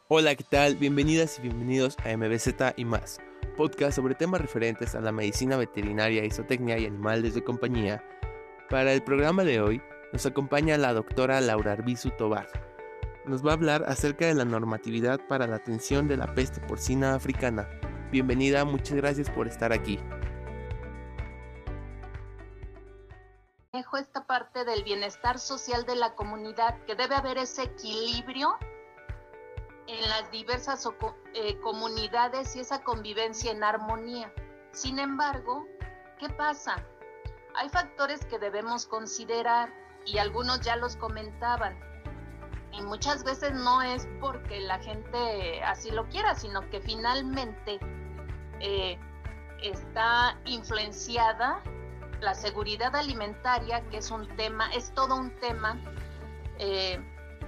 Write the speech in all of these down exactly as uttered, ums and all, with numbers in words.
Hola, ¿qué tal? Bienvenidas y bienvenidos a M B Z y más, podcast sobre temas referentes a la medicina veterinaria, zootecnia y animales de compañía. Para el programa de hoy nos acompaña la doctora Laura Arbizu Tobar. Nos va a hablar acerca de la normatividad para la atención de la peste porcina africana. Bienvenida, muchas gracias por estar aquí. Dejo esta parte del bienestar social de la comunidad, que debe haber ese equilibrio en las diversas eh, comunidades y esa convivencia en armonía. Sin embargo, ¿qué pasa? Hay factores que debemos considerar y algunos ya los comentaban. Y muchas veces no es porque la gente así lo quiera, sino que finalmente eh, está influenciada la seguridad alimentaria, que es un tema, es todo un tema eh,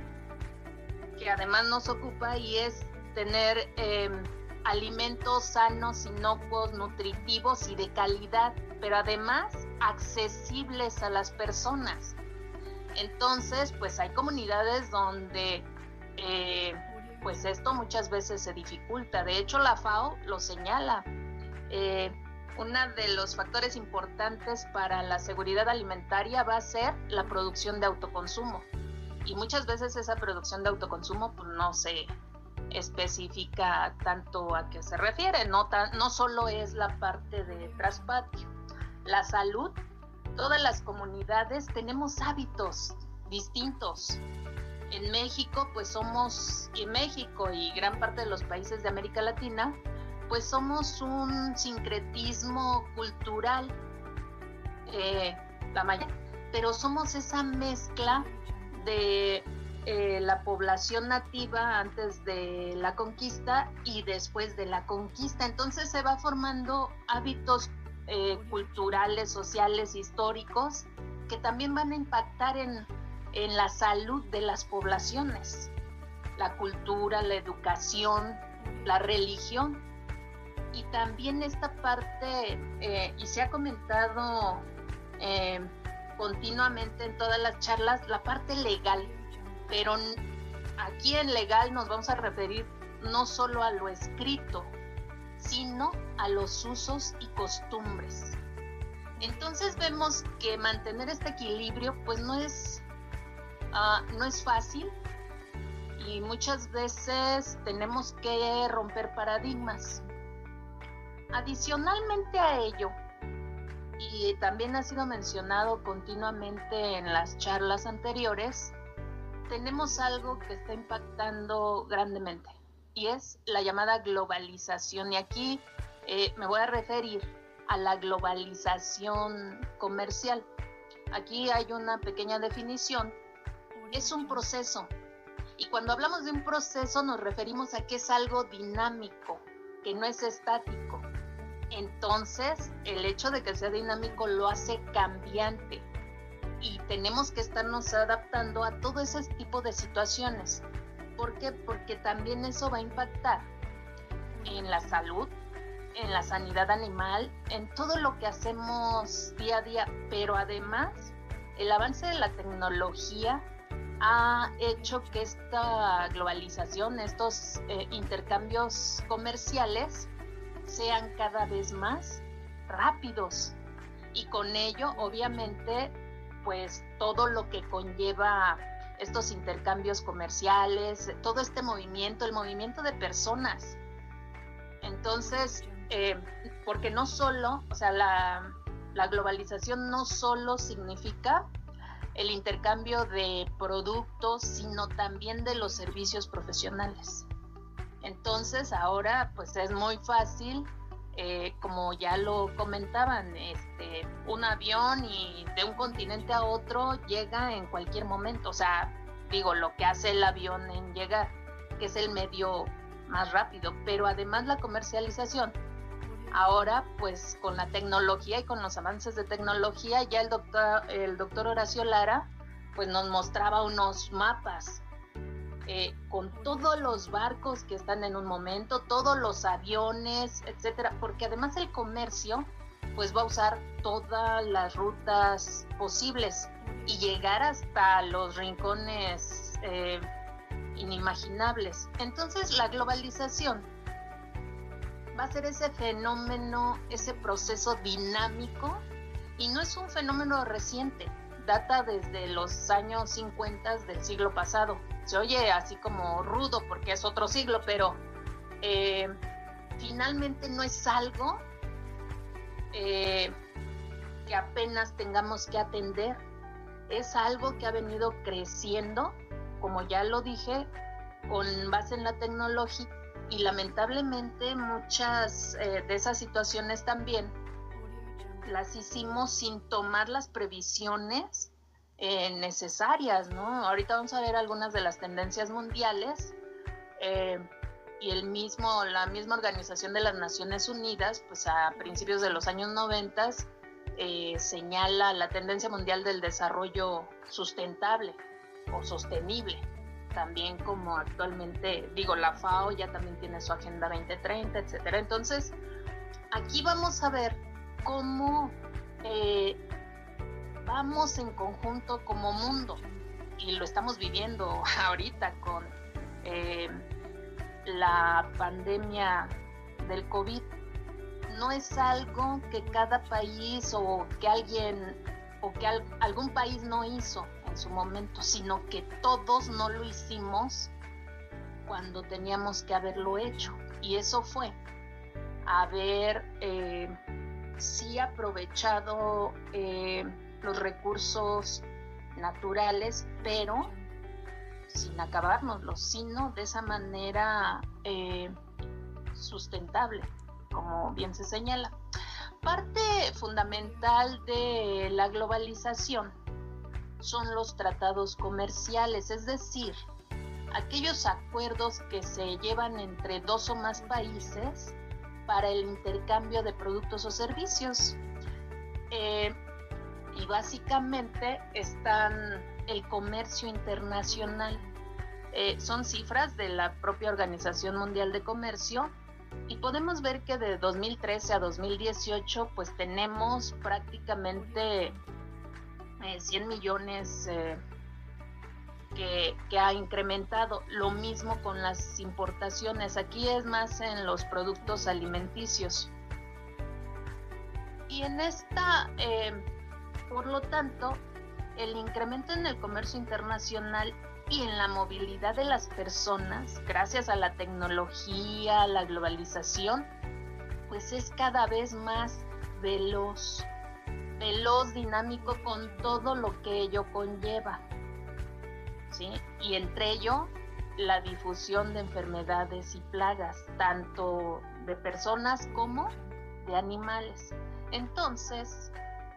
que además nos ocupa, y es tener eh, alimentos sanos, inocuos, nutritivos y de calidad, pero además accesibles a las personas. Entonces, pues hay comunidades donde eh, pues esto muchas veces se dificulta. De hecho, la FAO lo señala. Eh, uno de los factores importantes para la seguridad alimentaria va a ser la producción de autoconsumo. Y muchas veces esa producción de autoconsumo pues, no se especifica tanto a qué se refiere. No, tan, no solo es la parte de traspatio. La salud, todas las comunidades tenemos hábitos distintos. En México, pues somos, y México y gran parte de los países de América Latina, pues somos un sincretismo cultural, eh, la mayoría, pero somos esa mezcla de eh, la población nativa antes de la conquista y después de la conquista. Entonces se va formando hábitos eh, culturales, sociales, históricos, que también van a impactar en, en la salud de las poblaciones. La cultura, la educación, la religión. Y también esta parte, eh, y se ha comentado eh, continuamente en todas las charlas, la parte legal, pero aquí en legal nos vamos a referir no solo a lo escrito, sino a los usos y costumbres. Entonces vemos que mantener este equilibrio pues no es, uh, no es fácil, y muchas veces tenemos que romper paradigmas. Adicionalmente a ello, y también ha sido mencionado continuamente en las charlas anteriores, tenemos algo que está impactando grandemente, y es la llamada globalización. Y aquí eh, me voy a referir a la globalización comercial. Aquí hay una pequeña definición. Es un proceso, y cuando hablamos de un proceso nos referimos a que es algo dinámico, que no es estático. Entonces, el hecho de que sea dinámico lo hace cambiante, y tenemos que estarnos adaptando a todo ese tipo de situaciones. ¿Por qué? Porque también eso va a impactar en la salud, en la sanidad animal, en todo lo que hacemos día a día, pero además el avance de la tecnología ha hecho que esta globalización, estos eh, intercambios comerciales sean cada vez más rápidos, y con ello obviamente pues todo lo que conlleva estos intercambios comerciales, todo este movimiento, el movimiento de personas. Entonces, eh, porque no solo, o sea, la, la globalización no solo significa el intercambio de productos, sino también de los servicios profesionales. Entonces ahora pues es muy fácil, eh, como ya lo comentaban, este, un avión y de un continente a otro llega en cualquier momento. O sea, digo, lo que hace el avión en llegar, que es el medio más rápido, pero además la comercialización. Ahora pues con la tecnología y con los avances de tecnología, ya el doctor, el doctor Horacio Lara pues nos mostraba unos mapas Eh, con todos los barcos que están en un momento, todos los aviones, etcétera, porque además el comercio pues va a usar todas las rutas posibles y llegar hasta los rincones eh, inimaginables. Entonces la globalización va a ser ese fenómeno, ese proceso dinámico, y no es un fenómeno reciente, data desde los años cincuenta del siglo pasado. Se oye así como rudo porque es otro siglo, pero eh, finalmente no es algo eh, que apenas tengamos que atender, es algo que ha venido creciendo, como ya lo dije, con base en la tecnología, y lamentablemente muchas eh, de esas situaciones también las hicimos sin tomar las previsiones eh, necesarias, ¿no? Ahorita vamos a ver algunas de las tendencias mundiales eh, y el mismo, la misma Organización de las Naciones Unidas, pues a principios de los años noventa, eh, señala la tendencia mundial del desarrollo sustentable o sostenible, también como actualmente, digo, la FAO ya también tiene su Agenda veinte treinta, etcétera. Entonces, aquí vamos a ver cómo eh, vamos en conjunto como mundo, y lo estamos viviendo ahorita con eh, la pandemia del COVID. No es algo que cada país o que alguien o que al, algún país no hizo en su momento, sino que todos no lo hicimos cuando teníamos que haberlo hecho, y eso fue haber eh, sí aprovechado eh, los recursos naturales, pero sin acabárnoslos, sino de esa manera eh, sustentable, como bien se señala. Parte fundamental de la globalización son los tratados comerciales, es decir, aquellos acuerdos que se llevan entre dos o más países para el intercambio de productos o servicios. Eh, y básicamente están el comercio internacional. Eh, son cifras de la propia Organización Mundial de Comercio, y podemos ver que de dos mil trece a dos mil dieciocho pues tenemos prácticamente eh, cien millones eh, que, que ha incrementado. Lo mismo con las importaciones, aquí es más en los productos alimenticios. Y en esta, eh, por lo tanto, el incremento en el comercio internacional y en la movilidad de las personas, gracias a la tecnología, a la globalización, pues es cada vez más veloz, veloz, dinámico, con todo lo que ello conlleva, ¿sí? Y entre ello, la difusión de enfermedades y plagas, tanto de personas como de animales. Entonces,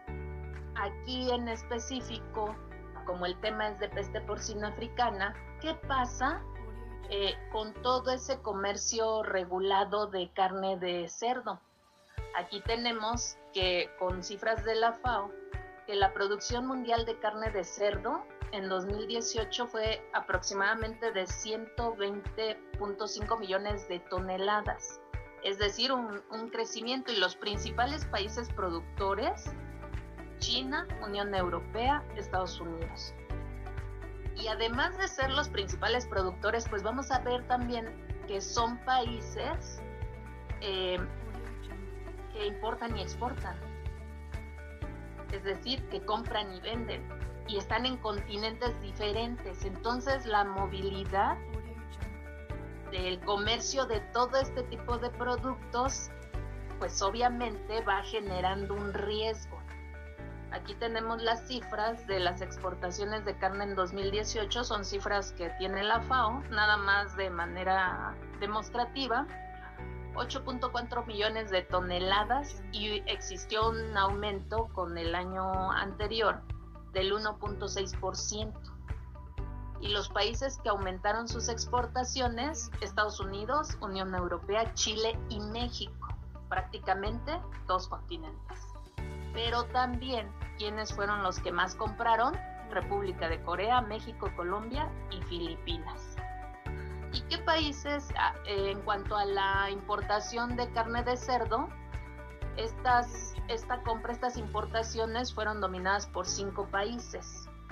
aquí en específico, como el tema es de peste porcina africana, ¿qué pasa eh, con todo ese comercio regulado de carne de cerdo? Aquí tenemos que, con cifras de la FAO, que la producción mundial de carne de cerdo en dos mil dieciocho fue aproximadamente de ciento veinte punto cinco millones de toneladas, es decir, un, un crecimiento, y los principales países productores: China, Unión Europea, Estados Unidos. Y además de ser los principales productores, pues vamos a ver también que son países eh, que importan y exportan. Es decir, que compran y venden, y están en continentes diferentes. Entonces la movilidad del comercio de todo este tipo de productos, pues obviamente va generando un riesgo. Aquí tenemos las cifras de las exportaciones de carne en dos mil dieciocho, son cifras que tiene la FAO, nada más de manera demostrativa, ocho punto cuatro millones de toneladas, y existió un aumento con el año anterior del uno punto seis por ciento. Y los países que aumentaron sus exportaciones: Estados Unidos, Unión Europea, Chile y México, prácticamente dos continentes. Pero también, ¿quiénes fueron los que más compraron? República de Corea, México, Colombia y Filipinas. ¿Y qué países, en cuanto a la importación de carne de cerdo? Estas, esta compra, estas importaciones fueron dominadas por cinco países: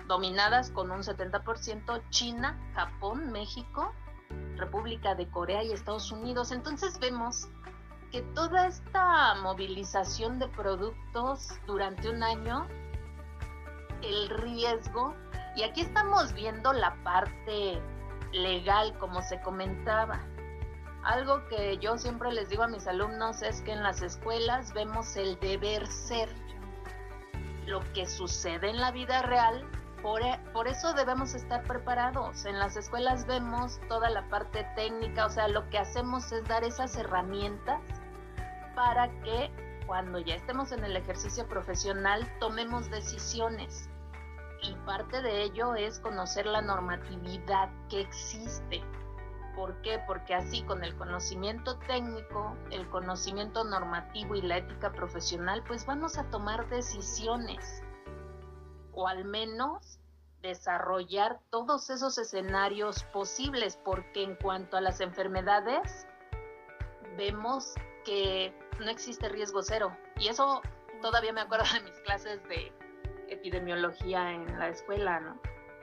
dominadas con un setenta por ciento China, Japón, México, República de Corea y Estados Unidos. Entonces vemos que toda esta movilización de productos durante un año, el riesgo, y aquí estamos viendo la parte legal, como se comentaba. Algo que yo siempre les digo a mis alumnos es que en las escuelas vemos el deber ser, lo que sucede en la vida real. Por, por eso debemos estar preparados. En las escuelas vemos toda la parte técnica, o sea, lo que hacemos es dar esas herramientas para que cuando ya estemos en el ejercicio profesional tomemos decisiones. Y parte de ello es conocer la normatividad que existe. ¿Por qué? Porque así, con el conocimiento técnico, el conocimiento normativo y la ética profesional, pues vamos a tomar decisiones, o al menos desarrollar todos esos escenarios posibles, porque en cuanto a las enfermedades, vemos que no existe riesgo cero. Y eso todavía me acuerdo de mis clases de epidemiología en la escuela, ¿no?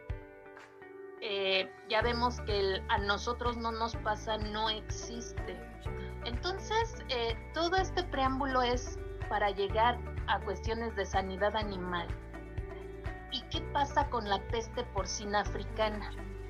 Eh, ya vemos que el, a nosotros no nos pasa, no existe. Entonces, eh, todo este preámbulo es para llegar a cuestiones de sanidad animal. ¿Y qué pasa con la peste porcina africana?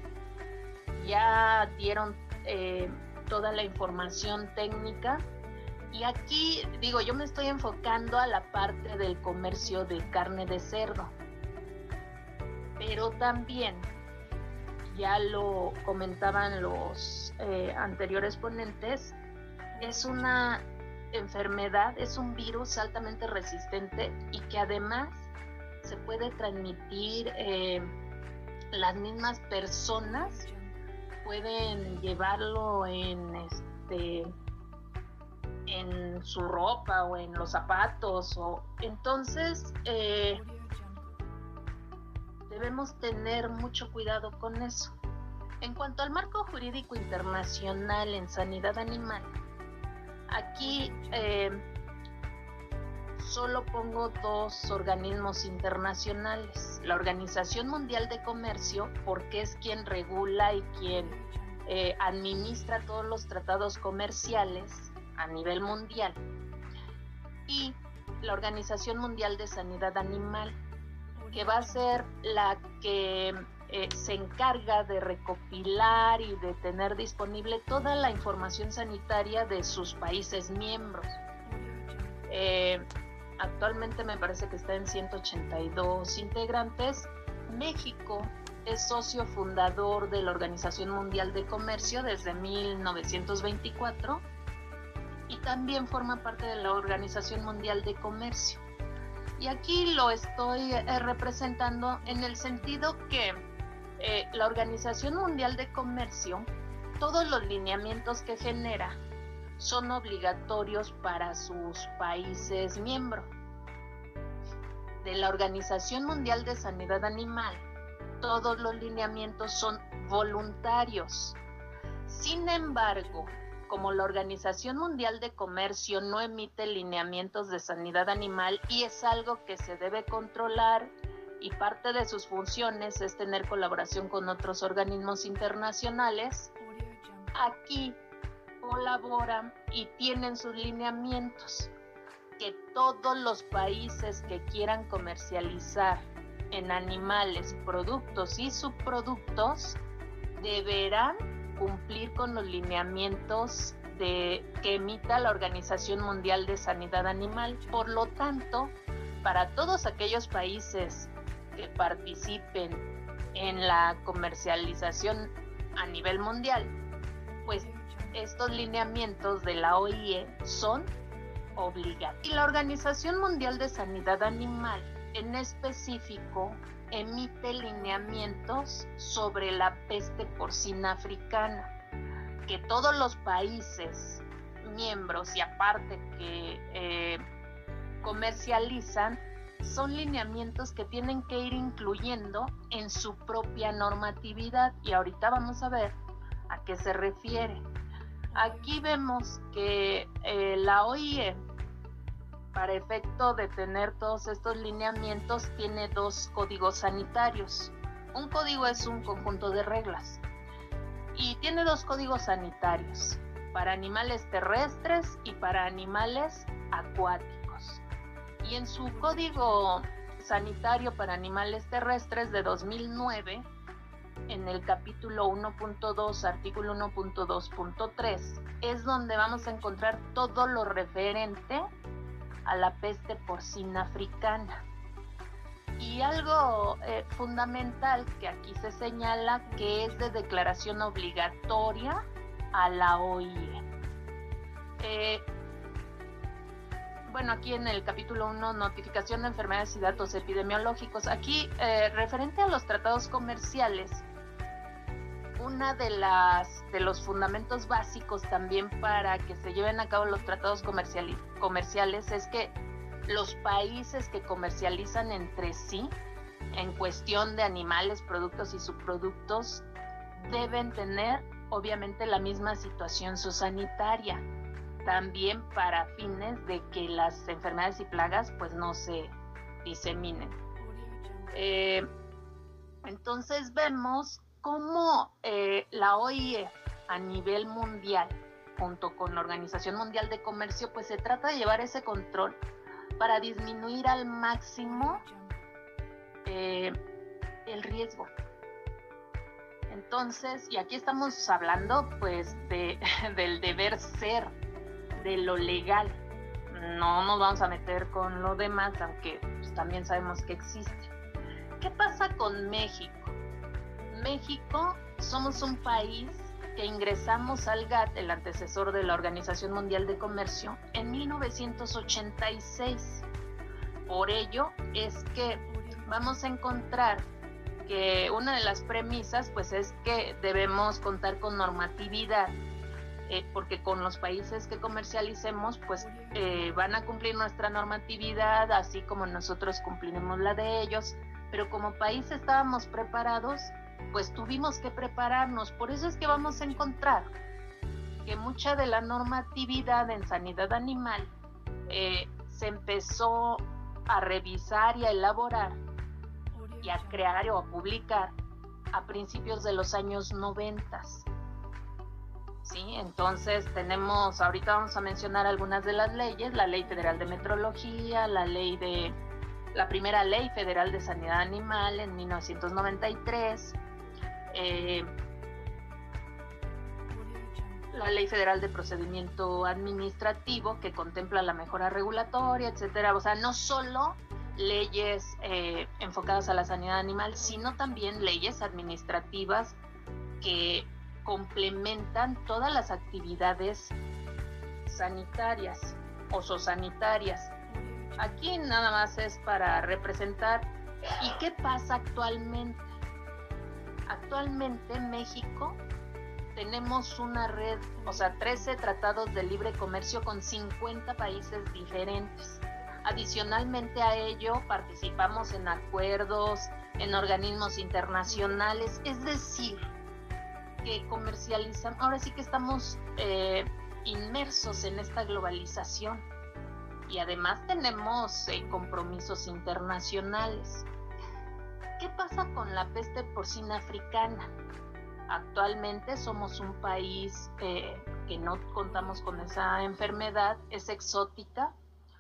Ya dieron eh, toda la información técnica. Y aquí, digo, yo me estoy enfocando a la parte del comercio de carne de cerdo. Pero también, ya lo comentaban los eh, anteriores ponentes, es una enfermedad, es un virus altamente resistente y que además se puede transmitir, eh, las mismas personas pueden llevarlo en este en su ropa o en los zapatos, o entonces eh, debemos tener mucho cuidado con eso. En cuanto al marco jurídico internacional en sanidad animal, aquí eh, solo pongo dos organismos internacionales. La Organización Mundial de Comercio, porque es quien regula y quien eh, administra todos los tratados comerciales a nivel mundial, y la Organización Mundial de Sanidad Animal, que va a ser la que eh, se encarga de recopilar y de tener disponible toda la información sanitaria de sus países miembros. Eh, actualmente me parece que está en ciento ochenta y dos integrantes. México es socio fundador de la Organización Mundial de Comercio desde mil novecientos veinticuatro y también forma parte de la Organización Mundial de Comercio. Y aquí lo estoy eh, representando en el sentido que eh, la Organización Mundial de Comercio, todos los lineamientos que genera son obligatorios para sus países miembros. De la Organización Mundial de Sanidad Animal, todos los lineamientos son voluntarios. Sin embargo, como la Organización Mundial de Comercio no emite lineamientos de sanidad animal y es algo que se debe controlar, y parte de sus funciones es tener colaboración con otros organismos internacionales, aquí colaboran y tienen sus lineamientos, que todos los países que quieran comercializar en animales, productos y subproductos deberán cumplir con los lineamientos de, que emita la Organización Mundial de Sanidad Animal. Por lo tanto, para todos aquellos países que participen en la comercialización a nivel mundial, pues estos lineamientos de la O I E son obligatorios. Y la Organización Mundial de Sanidad Animal, en específico, emite lineamientos sobre la peste porcina africana, que todos los países miembros y aparte que eh, comercializan, son lineamientos que tienen que ir incluyendo en su propia normatividad, y ahorita vamos a ver a qué se refiere. Aquí vemos que eh, la O I E para efecto de tener todos estos lineamientos, tiene dos códigos sanitarios. Un código es un conjunto de reglas y tiene dos códigos sanitarios, para animales terrestres y para animales acuáticos. Y en su código sanitario para animales terrestres de dos mil nueve, en el capítulo uno punto dos, artículo uno punto dos punto tres, es donde vamos a encontrar todo lo referente a la peste porcina africana. Y algo eh, fundamental que aquí se señala, que es de declaración obligatoria a la O I E. Eh, bueno, aquí en el capítulo uno, notificación de enfermedades y datos epidemiológicos, aquí eh, referente a los tratados comerciales, una de las de los fundamentos básicos también para que se lleven a cabo los tratados comerciali- comerciales es que los países que comercializan entre sí en cuestión de animales, productos y subproductos deben tener obviamente la misma situación zoosanitaria, también para fines de que las enfermedades y plagas pues no se diseminen. Eh, entonces vemos cómo eh, la O I E a nivel mundial, junto con la Organización Mundial de Comercio, pues se trata de llevar ese control para disminuir al máximo eh, el riesgo. Entonces, y aquí estamos hablando pues de, del deber ser, de lo legal. No nos vamos a meter con lo demás, aunque pues, también sabemos que existe. ¿Qué pasa con México? México somos un país que ingresamos al G A T, el antecesor de la Organización Mundial de Comercio, en mil novecientos ochenta y seis. Por ello es que vamos a encontrar que una de las premisas pues es que debemos contar con normatividad, eh, porque con los países que comercialicemos pues eh, van a cumplir nuestra normatividad, así como nosotros cumpliremos la de ellos, pero como país estábamos preparados, pues tuvimos que prepararnos. Por eso es que vamos a encontrar que mucha de la normatividad en sanidad animal eh, se empezó a revisar y a elaborar y a crear o a publicar a principios de los años noventas. ¿Sí? Entonces tenemos, ahorita vamos a mencionar algunas de las leyes: la Ley Federal de Metrología, la ley de, la primera Ley Federal de Sanidad Animal en mil novecientos noventa y tres, eh, la Ley Federal de Procedimiento Administrativo, que contempla la mejora regulatoria, etcétera. O sea, no solo leyes eh, enfocadas a la sanidad animal, sino también leyes administrativas que complementan todas las actividades sanitarias o zoosanitarias. Aquí nada más es para representar. ¿Y qué pasa actualmente? Actualmente en México tenemos una red, o sea, trece tratados de libre comercio con cincuenta países diferentes. Adicionalmente a ello, participamos en acuerdos, en organismos internacionales, es decir, que comercializan, ahora sí que estamos eh, inmersos en esta globalización y además tenemos eh, compromisos internacionales. ¿Qué pasa con la peste porcina africana? Actualmente somos un país eh, que no contamos con esa enfermedad, es exótica,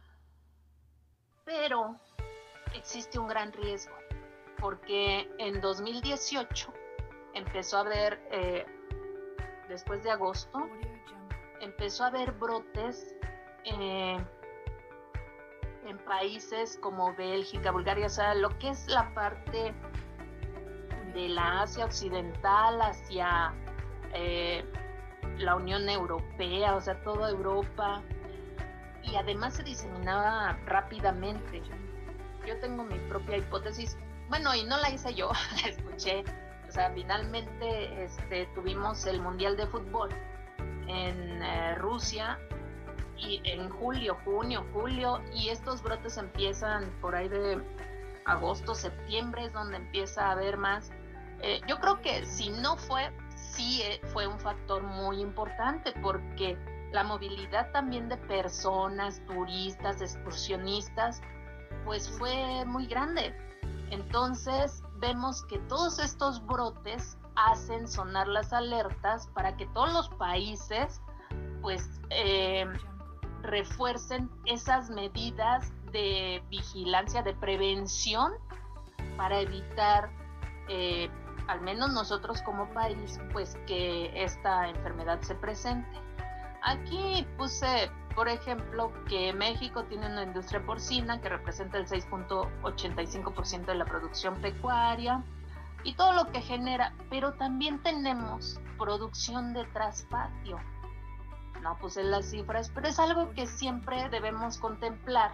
pero existe un gran riesgo, porque en dos mil dieciocho empezó a haber, eh, después de agosto, empezó a haber brotes eh, en países como Bélgica, Bulgaria, o sea, lo que es la parte de la Asia Occidental hacia eh, la Unión Europea, o sea, toda Europa, y además se diseminaba rápidamente. Yo tengo mi propia hipótesis, bueno, y no la hice yo, la escuché. O sea, finalmente este, tuvimos el Mundial de Fútbol en eh, Rusia y en julio, junio, julio, y estos brotes empiezan por ahí de agosto, septiembre, es donde empieza a haber más. Eh, yo creo que si no fue, sí eh, fue un factor muy importante, porque la movilidad también de personas, turistas, excursionistas, pues fue muy grande. Entonces vemos que todos estos brotes hacen sonar las alertas para que todos los países pues eh, refuercen esas medidas de vigilancia, de prevención, para evitar, eh, al menos nosotros como país, pues que esta enfermedad se presente. Aquí puse, por ejemplo, que México tiene una industria porcina que representa el seis punto ochenta y cinco por ciento de la producción pecuaria y todo lo que genera, pero también tenemos producción de traspatio. No puse las cifras, pero es algo que siempre debemos contemplar.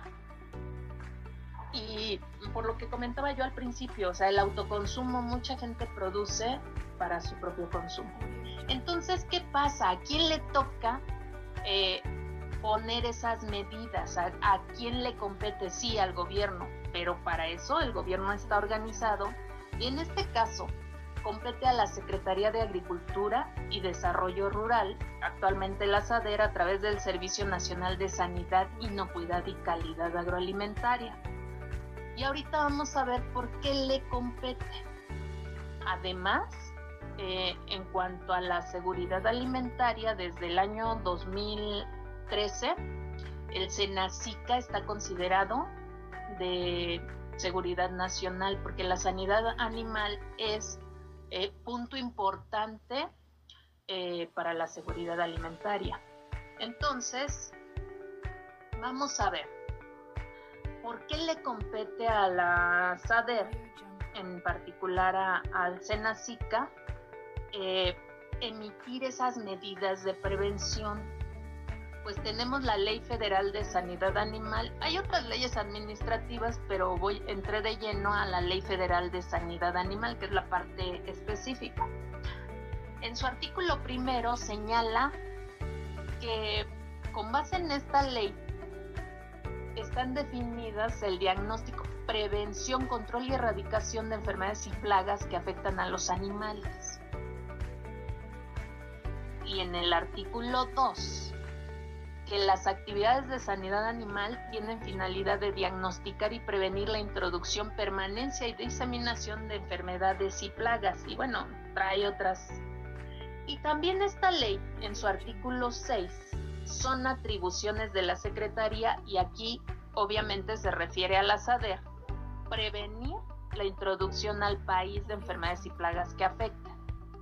Y por lo que comentaba yo al principio, o sea, el autoconsumo, mucha gente produce para su propio consumo. Entonces, ¿qué pasa? ¿A quién le toca eh, poner esas medidas? ¿A, ¿A quién le compete? Sí, al gobierno, pero para eso el gobierno está organizado y en este caso compete a la Secretaría de Agricultura y Desarrollo Rural, actualmente la SADER, a través del Servicio Nacional de Sanidad, Inocuidad y Calidad Agroalimentaria. Y ahorita vamos a ver por qué le compete. Además, eh, en cuanto a la seguridad alimentaria, desde el año dos mil trece, el SENASICA está considerado de seguridad nacional, porque la sanidad animal es Eh, punto importante eh, para la seguridad alimentaria. Entonces, vamos a ver, ¿por qué le compete a la SADER, en particular a, al SENASICA, eh, emitir esas medidas de prevención? Pues tenemos la Ley Federal de Sanidad Animal. Hay otras leyes administrativas, pero voy entré de lleno a la Ley Federal de Sanidad Animal, que es la parte específica. En su artículo primero señala que con base en esta ley están definidas el diagnóstico, prevención, control y erradicación de enfermedades y plagas que afectan a los animales. Y en el artículo dos, que las actividades de sanidad animal tienen finalidad de diagnosticar y prevenir la introducción, permanencia y diseminación de enfermedades y plagas. Y bueno, trae otras. Y también esta ley, en su artículo seis, son atribuciones de la Secretaría, y aquí obviamente se refiere a la SADER, prevenir la introducción al país de enfermedades y plagas que afectan.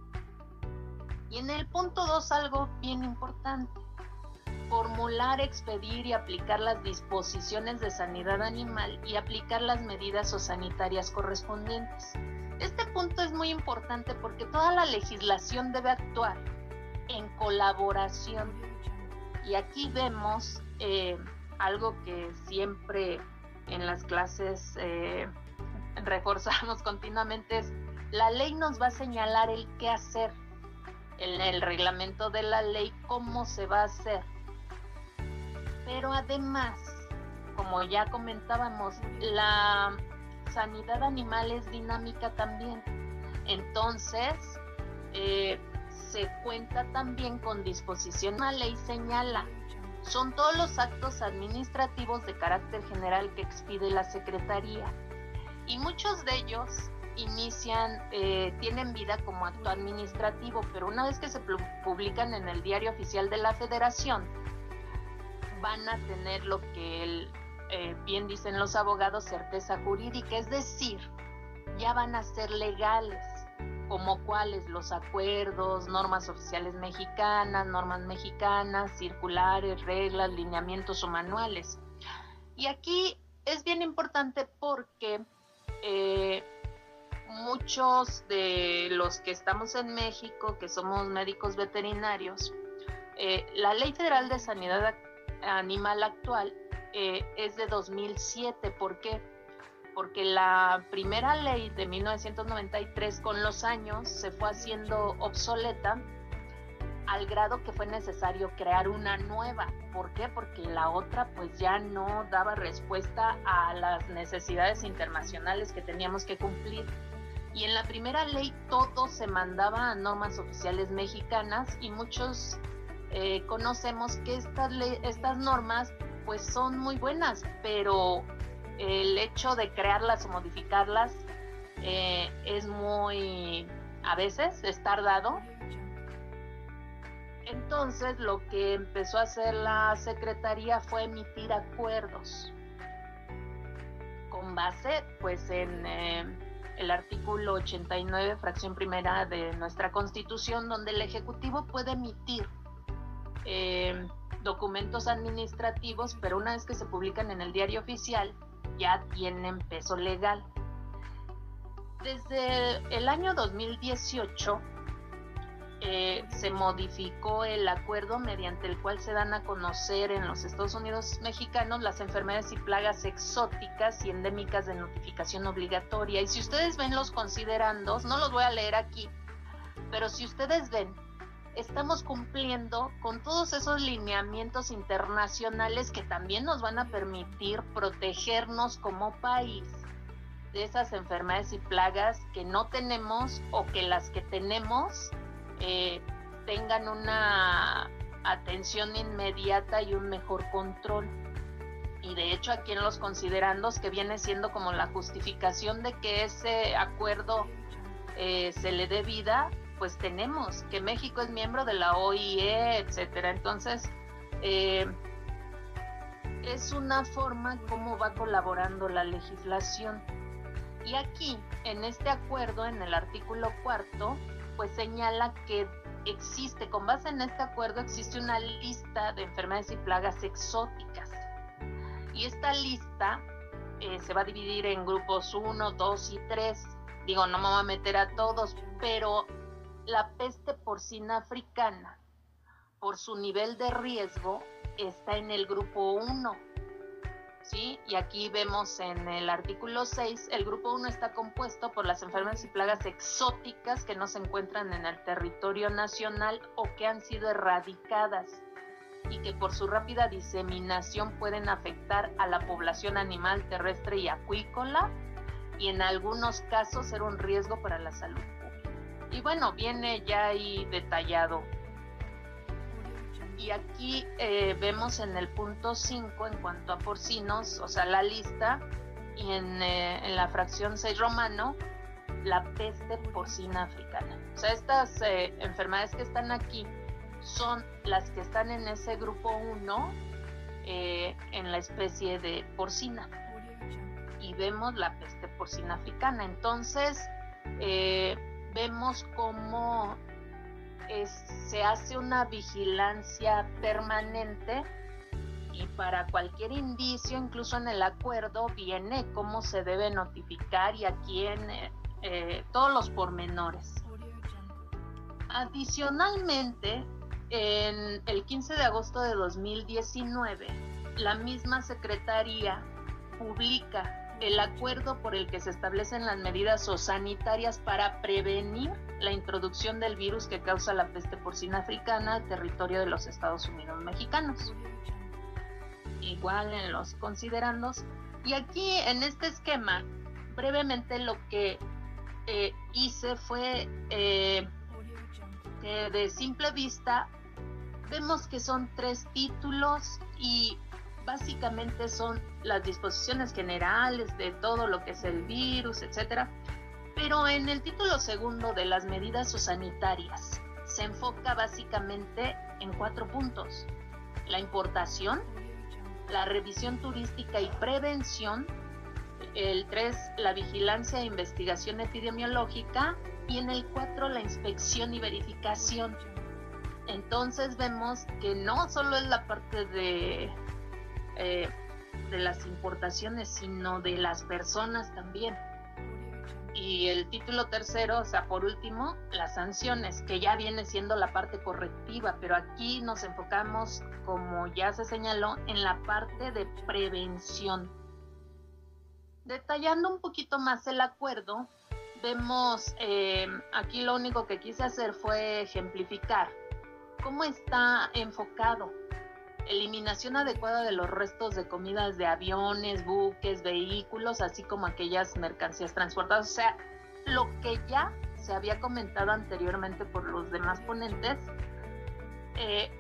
Y en el punto dos, algo bien importante: formular, expedir y aplicar las disposiciones de sanidad animal y aplicar las medidas zoosanitarias correspondientes. Este punto es muy importante porque toda la legislación debe actuar en colaboración. Y aquí vemos eh, algo que siempre en las clases eh, reforzamos continuamente: es la ley nos va a señalar el qué hacer, en el reglamento de la ley cómo se va a hacer. Pero además, como ya comentábamos, la sanidad animal es dinámica también. Entonces, eh, se cuenta también con disposición. La ley señala, son todos los actos administrativos de carácter general que expide la Secretaría. Y muchos de ellos inician, eh, tienen vida como acto administrativo, pero una vez que se publican en el Diario Oficial de la Federación, van a tener lo que el, eh, bien dicen los abogados, certeza jurídica, es decir, ya van a ser legales, como cuáles: los acuerdos, normas oficiales mexicanas, normas mexicanas, circulares, reglas, lineamientos o manuales. Y aquí es bien importante porque eh, muchos de los que estamos en México, que somos médicos veterinarios, eh, la Ley Federal de Sanidad Animal actual eh, es de dos mil siete. ¿Por qué? Porque la primera ley de mil novecientos noventa y tres, con los años, se fue haciendo obsoleta al grado que fue necesario crear una nueva. ¿Por qué? Porque la otra pues ya no daba respuesta a las necesidades internacionales que teníamos que cumplir. Y en la primera ley todo se mandaba a normas oficiales mexicanas, y muchos eh, conocemos que estas, le- estas normas pues son muy buenas, pero el hecho de crearlas o modificarlas eh, es muy, a veces, es tardado. Entonces lo que empezó a hacer la Secretaría fue emitir acuerdos con base pues en eh, el artículo ochenta y nueve, fracción primera de nuestra Constitución, donde el Ejecutivo puede emitir eh, documentos administrativos, pero una vez que se publican en el Diario Oficial ya tienen peso legal. Desde el año dos mil dieciocho eh, se modificó el acuerdo mediante el cual se dan a conocer en los Estados Unidos mexicanos las enfermedades y plagas exóticas y endémicas de notificación obligatoria. Y si ustedes ven los considerandos, no los voy a leer aquí, pero si ustedes ven, estamos cumpliendo con todos esos lineamientos internacionales que también nos van a permitir protegernos como país de esas enfermedades y plagas que no tenemos, o que las que tenemos eh, tengan una atención inmediata y un mejor control. Y de hecho aquí en los considerandos, que viene siendo como la justificación de que ese acuerdo eh, se le dé vida, pues tenemos que México es miembro de la O I E, etcétera. Entonces eh, es una forma como va colaborando la legislación. Y aquí, en este acuerdo, en el artículo cuarto, pues señala que existe, con base en este acuerdo, existe una lista de enfermedades y plagas exóticas. Y esta lista eh, se va a dividir en grupos uno, dos y tres. Digo, no me voy a meter a todos, pero la peste porcina africana, por su nivel de riesgo, está en el grupo uno. ¿Sí? Y aquí vemos en el artículo seis, el grupo uno está compuesto por las enfermedades y plagas exóticas que no se encuentran en el territorio nacional o que han sido erradicadas y que por su rápida diseminación pueden afectar a la población animal, terrestre y acuícola, y en algunos casos ser un riesgo para la salud pública. Y bueno, viene ya ahí detallado. Y aquí eh, vemos en el punto cinco, en cuanto a porcinos, o sea, la lista, y en, eh, en la fracción seis romano, la peste porcina africana. O sea, estas eh, enfermedades que están aquí son las que están en ese grupo uno, eh, en la especie de porcina. Y vemos la peste porcina africana. Entonces, eh, vemos cómo Es, se hace una vigilancia permanente, y para cualquier indicio, incluso en el acuerdo, viene cómo se debe notificar y a quién, eh, eh, todos los pormenores. Adicionalmente, en el quince de agosto de dos mil diecinueve, la misma Secretaría publica el acuerdo por el que se establecen las medidas zoosanitarias para prevenir la introducción del virus que causa la peste porcina africana al territorio de los Estados Unidos mexicanos. Igual en los considerandos. Y aquí en este esquema, brevemente lo que eh, hice fue eh, que de simple vista vemos que son tres títulos y básicamente son las disposiciones generales de todo lo que es el virus, etcétera. Pero en el título segundo de las medidas zoosanitarias se enfoca básicamente en cuatro puntos: la importación, la revisión turística y prevención, el tres, la vigilancia e investigación epidemiológica, y en el cuatro, la inspección y verificación. Entonces vemos que no solo es la parte de Eh, de las importaciones, sino de las personas también. Y el título tercero, o sea, por último, las sanciones, que ya viene siendo la parte correctiva, pero aquí nos enfocamos, como ya se señaló, en la parte de prevención. Detallando un poquito más el acuerdo, vemos, eh, aquí lo único que quise hacer fue ejemplificar cómo está enfocado. Eliminación adecuada de los restos de comidas de aviones, buques, vehículos, así como aquellas mercancías transportadas. O sea, lo que ya se había comentado anteriormente por los demás ponentes, eh,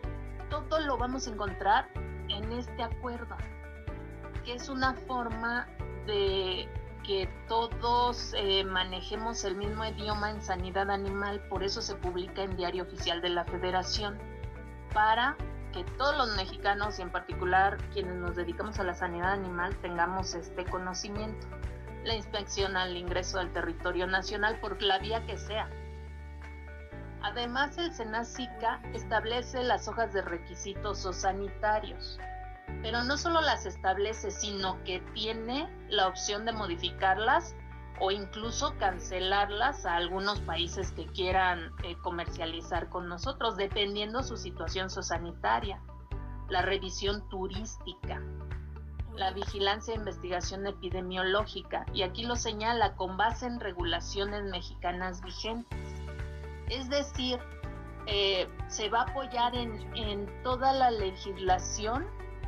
todo lo vamos a encontrar en este acuerdo, que es una forma de que todos eh, manejemos el mismo idioma en sanidad animal. Por eso se publica en Diario Oficial de la Federación, para que todos los mexicanos y en particular quienes nos dedicamos a la sanidad animal tengamos este conocimiento. La inspección al ingreso al territorio nacional por la vía que sea. Además, el SENACICA establece las hojas de requisitos sanitarios, pero no solo las establece, sino que tiene la opción de modificarlas o incluso cancelarlas a algunos países que quieran eh, comercializar con nosotros, dependiendo su situación sociosanitaria. La revisión turística, la vigilancia e investigación epidemiológica, y aquí lo señala con base en regulaciones mexicanas vigentes. Es decir, eh, se va a apoyar en, en toda la legislación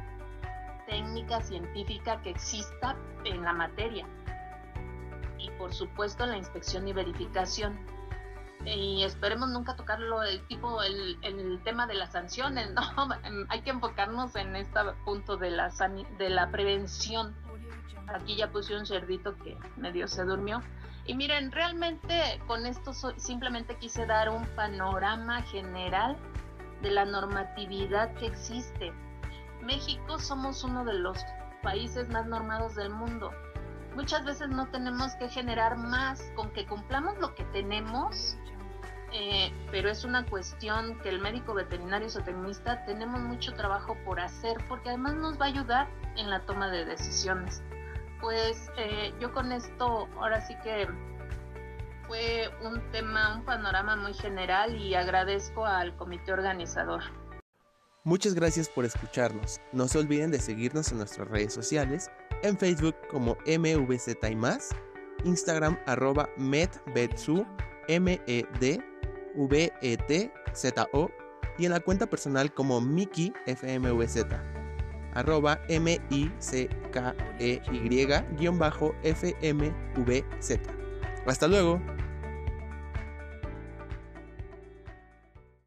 técnica científica que exista en la materia, y por supuesto la inspección y verificación. Y esperemos nunca tocarlo el tipo el, el tema de las sanciones, no, hay que enfocarnos en este punto de la de la prevención. Aquí ya puse un cerdito que medio se durmió. Y miren, realmente con esto so, simplemente quise dar un panorama general de la normatividad que existe. México somos uno de los países más normados del mundo. Muchas veces no tenemos que generar más, con que cumplamos lo que tenemos, eh, pero es una cuestión que el médico veterinario y zootecnista tenemos mucho trabajo por hacer, porque además nos va a ayudar en la toma de decisiones. Pues eh, yo con esto, ahora sí que fue un tema, un panorama muy general, y agradezco al comité organizador. Muchas gracias por escucharnos. No se olviden de seguirnos en nuestras redes sociales, en Facebook como M V Z y más, Instagram arroba medvetzo, M E D V E T Z O, y en la cuenta personal como Miki F M V Z, arroba M I C K E Y guión bajo F M V Z. Hasta luego.